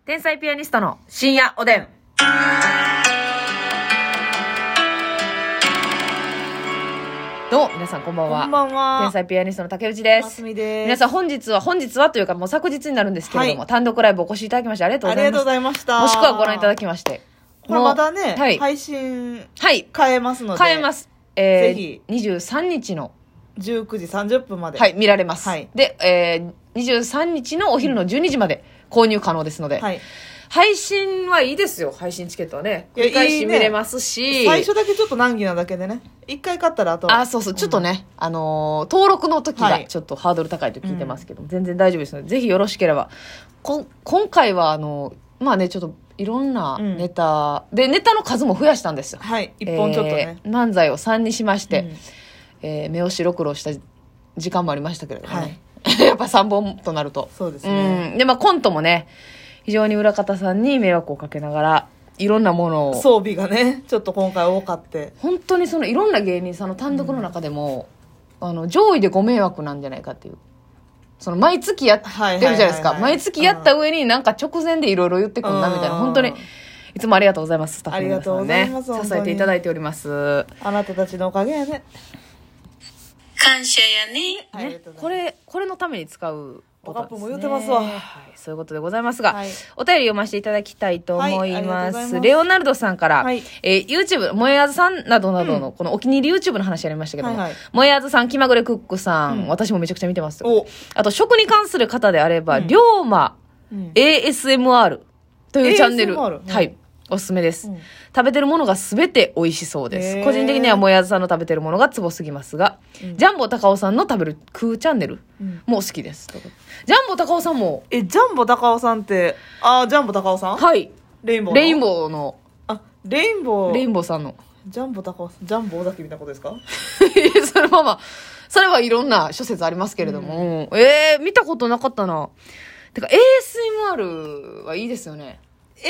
天才ピアニストの深夜おでん。どうも皆さんこんばんは。 こんばんは。 天才ピアニストの竹内です。 ますみです。 皆さん本日はというかもう昨日になるんですけれども、 はい単独ライブお越しいただきましてありがとうございます。 ありがとうございました。 もしくはご覧いただきまして。 これまたね、 はい、 配信はい変えますので。 変えます。 ぜひ 23日の 19時30分まで。 はい、見られます。 はい、 で、23日のお昼の12時まで購入可能ですので。はい。配信はいいですよ。配信チケットはね。繰り返し見れますし。 最初だけちょっと難儀なだけでね。一回買ったらあと。 そうそう。ちょっとね、登録の時がちょっとハードル高いと聞いてますけども、全然大丈夫ですので、ぜひよろしければ。今回はまあね、ちょっといろんなネタ、で、ネタの数も増やしたんですよ。 はい。一本ちょっとね。 漫才を3にしまして、目を白黒した時間もありましたけれどもね。はい、やっぱ3本となると。 そうですね。 で、まあコントもね、非常に裏方さんに迷惑をかけながら、いろんなものを。 装備がね、ちょっと今回多かって。 本当にいろんな芸人さんの単独の中でも、上位でご迷惑なんじゃないかっていう。毎月やってるじゃないですか。毎月やった上になんか直前でいろいろ言ってくんだみたいな。本当に、いつもありがとうございます。スタッフの皆さんね。ありがとうございます。支えていただいております。 あなたたちのおかげやね。 感謝やね。 これのために使う。 ポカップも言うてますわ、 はい、そういうことでございますが、お便り読ませていただきたいと思います。レオナルドさんから、YouTube、萌えあずさんなどなどの、このお気に入り YouTube の話ありましたけども、萌えあずさん、気まぐれクックさん、私もめちゃくちゃ見てます。あと、食に関する方であれば、龍馬、ASMR というチャンネル、はい、おすすめです。食べてるものがすべて美味しそうです。個人的にはもやずさんの食べてるものがツボすぎますが、ジャンボ高尾さんの食べる食うチャンネルも好きです。ジャンボ高尾さんも。 ジャンボ高尾さんって、ジャンボ高尾さん？ はい。レインボーの。 レインボーさんの。 ジャンボ高尾さん、ジャンボ尾崎みたいなことですか？ それはいろんな諸説ありますけれども。見たことなかったな。てか、ASMR はいいですよね。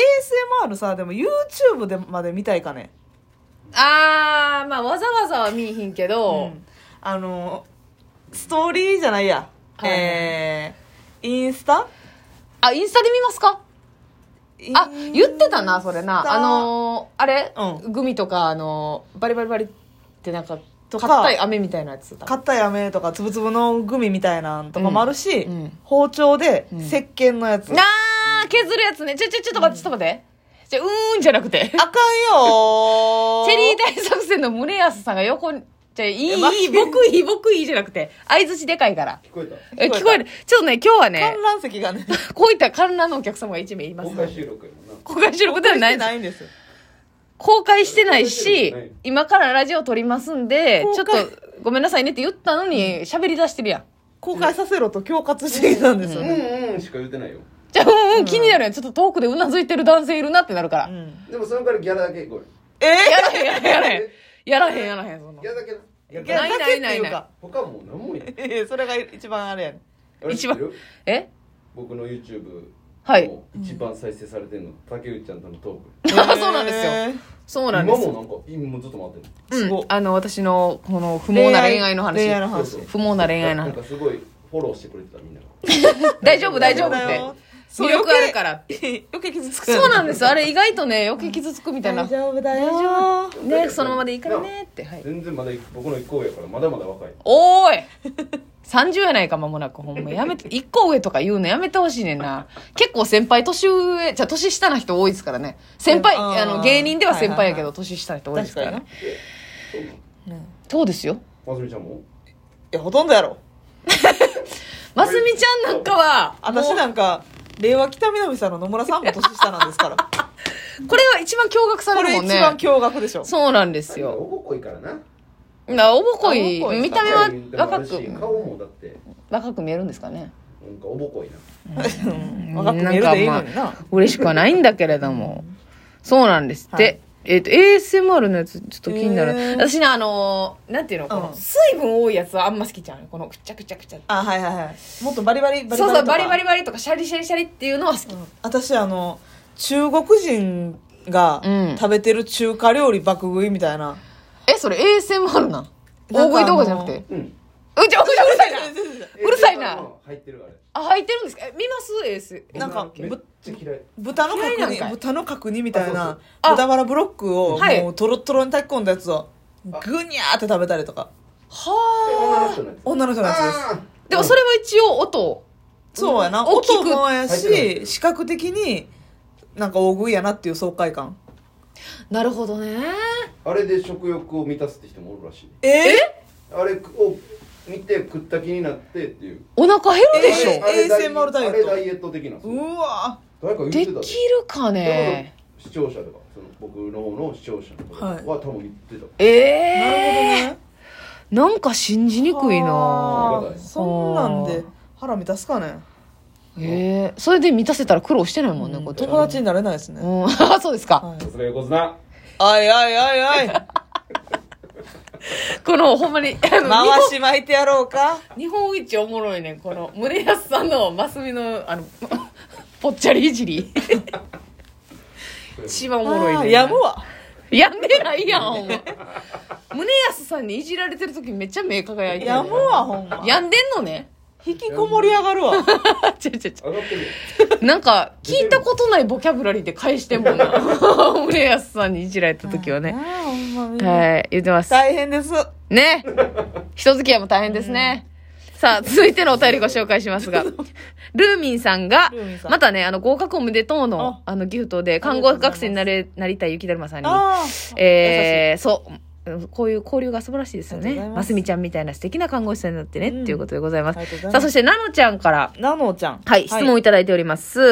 ASMR さ、でも YouTube でまで見たいかね。 まあわざわざは見えひんけど、 ストーリーじゃないや。インスタインスタで見ますか？言ってたな、それな。あれ、グミとか、バリバリバリってなんか、硬い飴みたいなやつ。 硬い飴とか、つぶつぶのグミみたいなのとかもあるし、包丁で、石鹸のやつ。 削るやつね。ちょっと待って。じゃなくて。 あかんよチェリー大作戦の宗安さんが横に、僕いいじゃなくて、相づちでかいから。 聞こえた。 ちょっとね、今日はね、 観覧席がね、 こういった観覧のお客様が1名います。 公開収録やもんな。 公開収録ではないんですよ。公開してないし、今からラジオ撮りますんで、ちょっとごめんなさいねって言ったのに喋り出してるやん。 公開させろと恐喝してきたんですよね。しか言ってないよ。 じゃあ、気になるやん。ちょっと遠くでうなずいてる男性いるなってなるから。 でもそのからギャラだけこれ。やらへん、そんな。 ギャラだけな。 ない。 他も何もいい。 それが一番あれやね。 一番。 僕の YouTube。 はい。 一番再生されてるの、竹内ちゃんとのトーク。そうなんですよ。そうなんです。 今もなんか、今ずっと待ってる。 すごい。私の、この不毛な恋愛の話。不毛な恋愛の話。 なんかすごいフォローしてくれてたみんなが。 大丈夫って。魅力あるからって。 余計傷つく。 そうなんです。あれ意外とね、余計傷つくみたいな。 大丈夫。 ね、そのままでいいからねって。 全然まだ僕の1個上やから、まだまだ若い。 おーい30やないか、間もなく。ほんまやめて、1個上とか言うのやめてほしいねんな。結構年下な人多いですからね。芸人では先輩やけど、年下な人多いですからね。そうですよ。 ますみちゃんも？ いや、ほとんどやろ。 ますみちゃんなんかは、 私なんか、令和北南さんの野村さんも年下なんですから。 これは一番驚愕されるもんね。 これ一番驚愕でしょ。 そうなんですよ。 おぼこいからな。 おぼこい、見た目は若く。 顔もだって。 若く見えるんですかね。 なんかおぼこいな。若く見えるでいいのにな。 嬉しくはないんだけれども。そうなんですって。ASMR のやつ、ちょっと気になる。私ね、なんていうの、この水分多いやつはあんま好きちゃうね。このくちゃくちゃ。 はい。もっとバリバリ。 そう、バリバリとかシャリシャリっていうのは好き。 私、中国人が食べてる中華料理爆食いみたいな。 それ ASMR なん？大食い動画じゃなくて？うるさいな。 入ってるあれ。 あ、入ってるんですか？見ます？エース。 なんかめっちゃ嫌い。 豚の角嫌いなんかい煮、豚の角煮みたいなあ豚バラブロックをはいもうトロットロに炊き込んだやつをぐにゃーって食べたりとか。 は女の人のやつ。 女の人のやつです。 あ。でもそれは一応音。 そうやな。 大きく音もや入ってなし、視覚的になんか大食いやなっていう爽快感。 なるほどね。 あれで食欲を満たすって人もおるらしい。あれを見て食った気になってっていう。 お腹減るでしょ。 えASMRダイエットあれダイエット的な。 うわ誰か言ってでたで。 きるかね。 視聴者とかその僕の方の視聴者とかは多分言ってた。 なるほどね。 なんか信じにくいな。 あーそんなんで腹満たすかね。 それで満たせたら苦労してないもんね、こっちはね。 友達になれないですね。 うん、あ、そうですか。 はいさすが横綱。 あいあいあいあい。 この、ほんまに、 回し巻いてやろうか。 日本一おもろいねん、この、宗安さんのマスミの、ぽっちゃりいじり。一番おもろいねん。 やむわ。 やんでないやん、ほんま。宗安さんにいじられてる時めっちゃ目輝いてる。 やむわ、ほんま。 やんでんのね。 引きこもり上がるわ。 ちょ。 上がってるよ。 なんか、聞いたことないボキャブラリーで返してんもんな。宗安さんにいじられた時はね。 あーほんまみんなはい、言ってます。 大変です。 ね。人付き合いも大変ですね。さあ、続いてのお便りご紹介しますが、ルーミンさんがルーミンさん、 またね、合格おめでとうの、ギフトで、看護学生になりたい雪だるまさんに、 ああ。 そう、こういう交流が素晴らしいですよね。 ありがとうございますますみちゃんみたいな素敵な看護師さんになってね、っていうことでございます。 ありがとうございますさあ、そして、なのちゃんから、 なのちゃん。 はい、質問いただいております。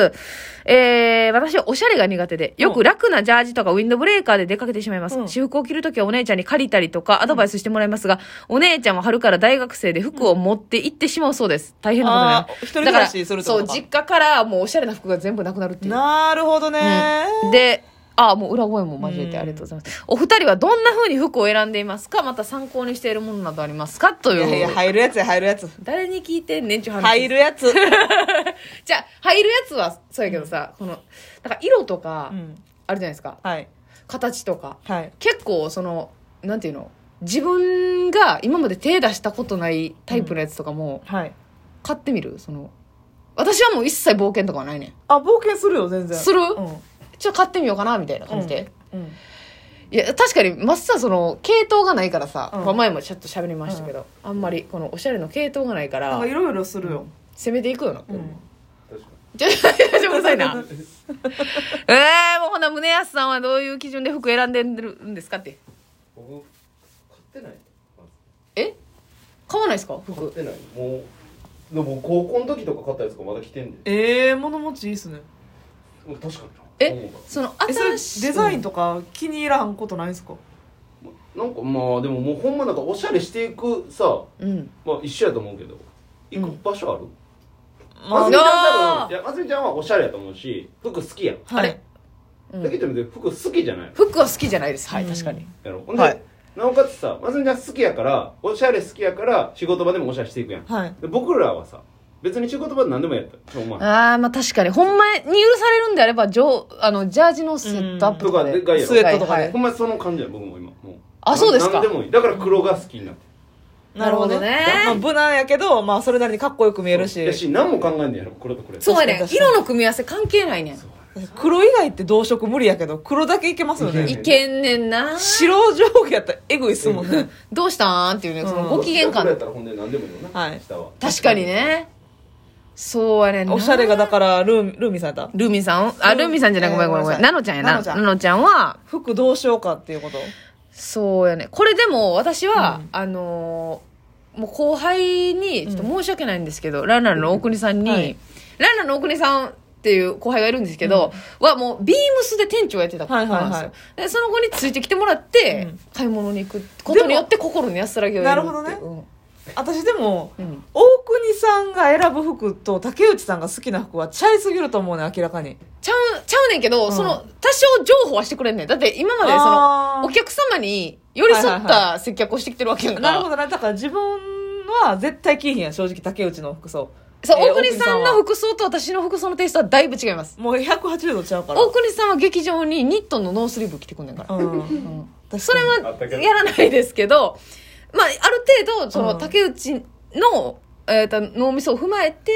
私はおしゃれが苦手で、よく楽なジャージとかウィンドブレーカーで出かけてしまいます。私服を着るときはお姉ちゃんに借りたりとかアドバイスしてもらいますが、お姉ちゃんは春から大学生で服を持って行ってしまうそうです。大変なことになる。 一人暮らしするってことかそう、実家からもうおしゃれな服が全部なくなるっていう。 なるほどね。 で、もう裏声も交えてありがとうございます。お二人はどんな風に服を選んでいますか？また参考にしているものなどありますか？という。 いやいや、入るやつや、入るやつ。 誰に聞いてんねんちゅう話。 入るやつ。 じゃあ、入るやつはそうやけどさ、なんか色とか、 うん。 あるじゃないですか。 はい。 形とか。 はい。 結構、なんていうの？自分が今まで手出したことないタイプのやつとかも、 はい。 買ってみる？私はもう一切冒険とかはないねん。 あ、冒険するよ、全然。 する？ うん。 ちょっと買ってみようかなみたいな感じで。 うん。 いや、確かに、マスター系統がないからさ、 うん前もちょっと喋りましたけど、あんまり、このおしゃれの系統がないからなんか、いろいろするよ。 攻めていくよな。 うん。 確かちょっとうるさいな。もうほな、宗安さんはどういう基準で服選んでるんですかって。 に。僕買ってない。まず買わないですか買っ服。 てない。もうでも高校の時とか買ったやつがまだ着てんで。 物持ちいいっすね。 確かにな。 それ新しい。 デザインとか気に入らんことないですか？ なんかまあでももうほんまなんかおしゃれしていくさ、 うん。 まあ一緒やと思うけど、行く場所ある？ まあますみちゃんあ多分、いやますみちゃんはおしゃれやと思うし、服好きやん。 はい。 あれだけど服好きじゃないの。 服は好きじゃないです。はい、確かに。 やろ。ほんで、 はいなおかつさ、ますみちゃん好きやからおしゃれ好きやから仕事場でもおしゃれしていくやん。 はい。 で僕らはさ、別に仕事場で何でもやったお前まあ確かに。ほんまに許されるんであれば、ジャージのセットアップとかで。 とかでスウェットとかではいほんまその感じや僕も今もう。 あそうですか何でもいい。だから黒が好きになってなるほどね。まあ、無難やけど、まあ、それなりにかっこよく見えるし。 やし何も考えんねやろ黒とこれ。 そうやねん。 確かに色の組み合わせ関係ないねん。 黒以外って同色無理やけど、黒だけいけますよね。 いけんねんな。 白上下やったらエグいっすもんね。 どうしたんっていうね、ご機嫌感。 黒やったらほんで何でもいいよな。 はい下は。 確かにね。そうやねんな。 おしゃれがだからルーミンさんやったルーミンさんルーミンさんじゃない、ごめんごめんごめん。ナノちゃんやな。 ナノちゃんナノちゃんは、 服どうしようかっていうこと。 そうやね。これでも私は、もう後輩に、ちょっと申し訳ないんですけど、ランナーの大国さんに、 はいランナーの大国さんっていう後輩がいるんですけど、はもうビームスで店長やってた子なんですよ。 はいはいはいで、その子についてきてもらって、買い物に行くことによって心に安らぎを得るっていう。 なるほどね私でも、 うん大国さんが選ぶ服と竹内さんが好きな服はちゃいすぎると思うね、明らかに。 ちゃうねんけど、 ん多少情報はしてくれんねん。だって今まであーお客様に寄り添っはいはいた接客をしてきてるわけやんか。 なるほどね。だから自分は絶対着いひんやん、正直竹内の服装。 そう、 大大国さんのは服装と私の服装のテイストはだいぶ違います。 もう180度ちゃうから。 大国さんは劇場にニットのノースリーブ着てくんねんから。 うん。 それあったけどはやらないですけど、まあ、ある程度、 うん竹内の、脳みそを踏まえて、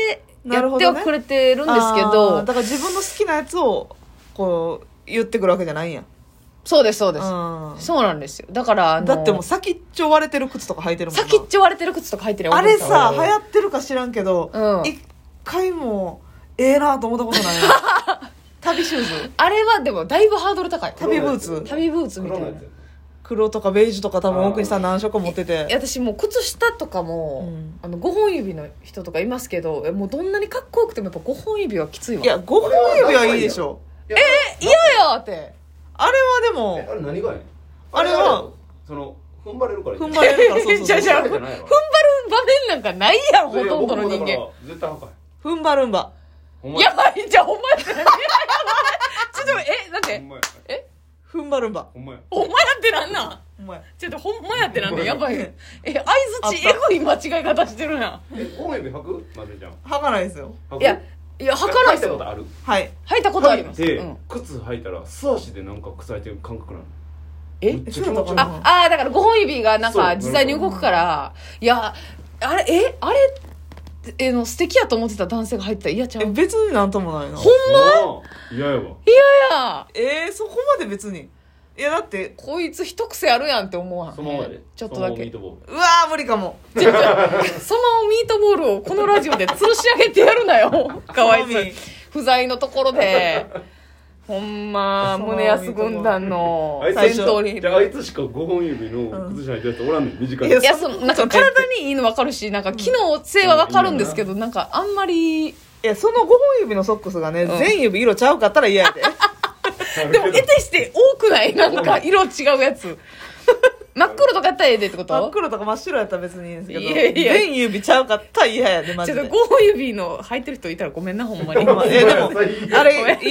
やってはくれてるんですけど、 だから自分の好きなやつをこう言ってくるわけじゃないんや。 そうですそうです、そうなんですよ。だからだってもう先っちょ割れてる靴とか履いてるもんな。 先っちょ割れてる靴とか履いてる。 あれさ流行ってるか知らんけど、一回もええなと思ったことないな。旅シューズ、 あれはでもだいぶハードル高い。 旅ブーツみたいな。 黒とかベージュとか多分奥にさ何色持ってて、 私もう靴下とかも、5本指の人とかいますけど、もうどんなにかっこよくてもやっぱ5本指はきついわ。 いや5本指はいいでしょ。 嫌やって。 あれはでもあれ何がやねん。 あれはその踏ん張れるから踏ん張れるからそうじゃ踏ん張る場面なんかないやろほとんどの人間。 絶対赤い。 踏ん張るんばやばいじゃあほんまやってちょっとなんで踏ん張るんばほんまやってなんなんちょっとほんまやってなんでやばい相づちエグい間違い方してるやん。 5本指履くまずちゃん。 履かないですよ。 いや履かないですよ。 履いたことある。 はい履いたことあります。 靴履いたら素足でなんか靴履いてる感覚なの。 そうだから5本指がなんか実際に動くから。いやあれ素敵やと思ってた男性が入ったら嫌ちゃう。 別になんともないな。 ほんま嫌やわ。 嫌や。 そこまで別に。いやだってこいつ一癖あるやんって思わん。 そのままでちょっとだけ。 うわー無理かも。 そのミートボールをこのラジオで吊るし上げてやるなよ。かわいそう。不在のところで。ほんま胸安軍団の先頭にいる。 あいつしか5本指の靴下履いてるやつおらんねん。短い。 いやなんか体にいいの分かるし、なんか機能性は分かるんですけど、なんかあんまり。 いやその5本指のソックスがね、全指色ちゃうかったら嫌やで。 でも得てして多くない？なんか色違うやつ。真っ黒とかやったらええでってこと？ 真っ黒とか真っ白やったら別にいいんですけど、 いや全指ちゃうかったら嫌やでマジで。 ちょっと5本指の履いてる人いたらごめんなほんまに。 でもあれ